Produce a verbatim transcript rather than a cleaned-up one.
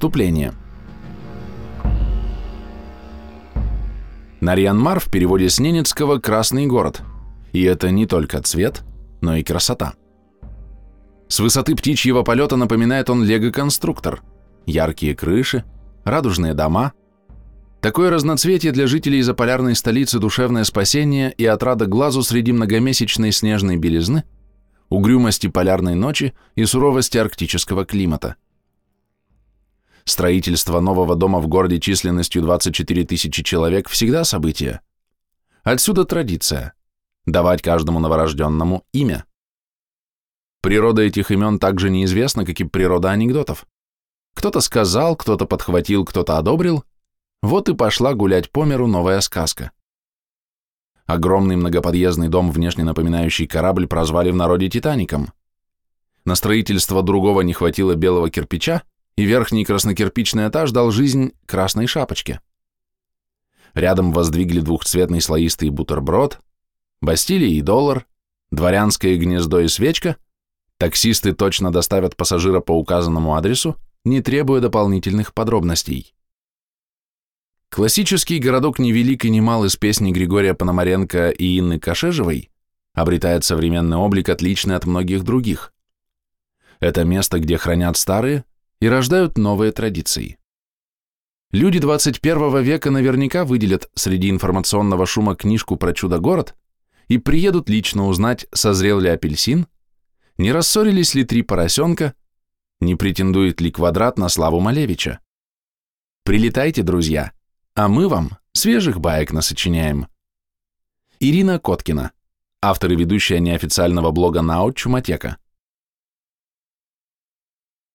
Вступление. Нарьян-Мар в переводе с ненецкого «красный город», и это не только цвет, но и красота. С высоты птичьего полета напоминает он лего-конструктор, яркие крыши, радужные дома. Такое разноцветие для жителей заполярной столицы душевное спасение и отрада глазу среди многомесячной снежной белизны, угрюмости полярной ночи и суровости арктического климата. Строительство нового дома в городе численностью двадцать четыре тысячи человек всегда событие. Отсюда традиция – давать каждому новорожденному имя. Природа этих имен также неизвестна, как и природа анекдотов. Кто-то сказал, кто-то подхватил, кто-то одобрил. Вот и пошла гулять по миру новая сказка. Огромный многоподъездный дом, внешне напоминающий корабль, прозвали в народе «Титаником». На строительство другого не хватило белого кирпича, и верхний краснокирпичный этаж дал жизнь красной шапочке. Рядом воздвигли двухцветный слоистый бутерброд, Бастилия и доллар, дворянское гнездо и свечка, таксисты точно доставят пассажира по указанному адресу, не требуя дополнительных подробностей. Классический городок невелик и немал из песни Григория Пономаренко и Инны Кашежевой обретает современный облик, отличный от многих других. Это место, где хранят старые и рождают новые традиции. Люди двадцать первого века наверняка выделят среди информационного шума книжку про чудо-город и приедут лично узнать, созрел ли апельсин, не рассорились ли три поросенка, не претендует ли квадрат на славу Малевича. Прилетайте, друзья, а мы вам свежих баек насочиняем. Ирина Коткина, автор и ведущая неофициального блога НАО «Чумотека».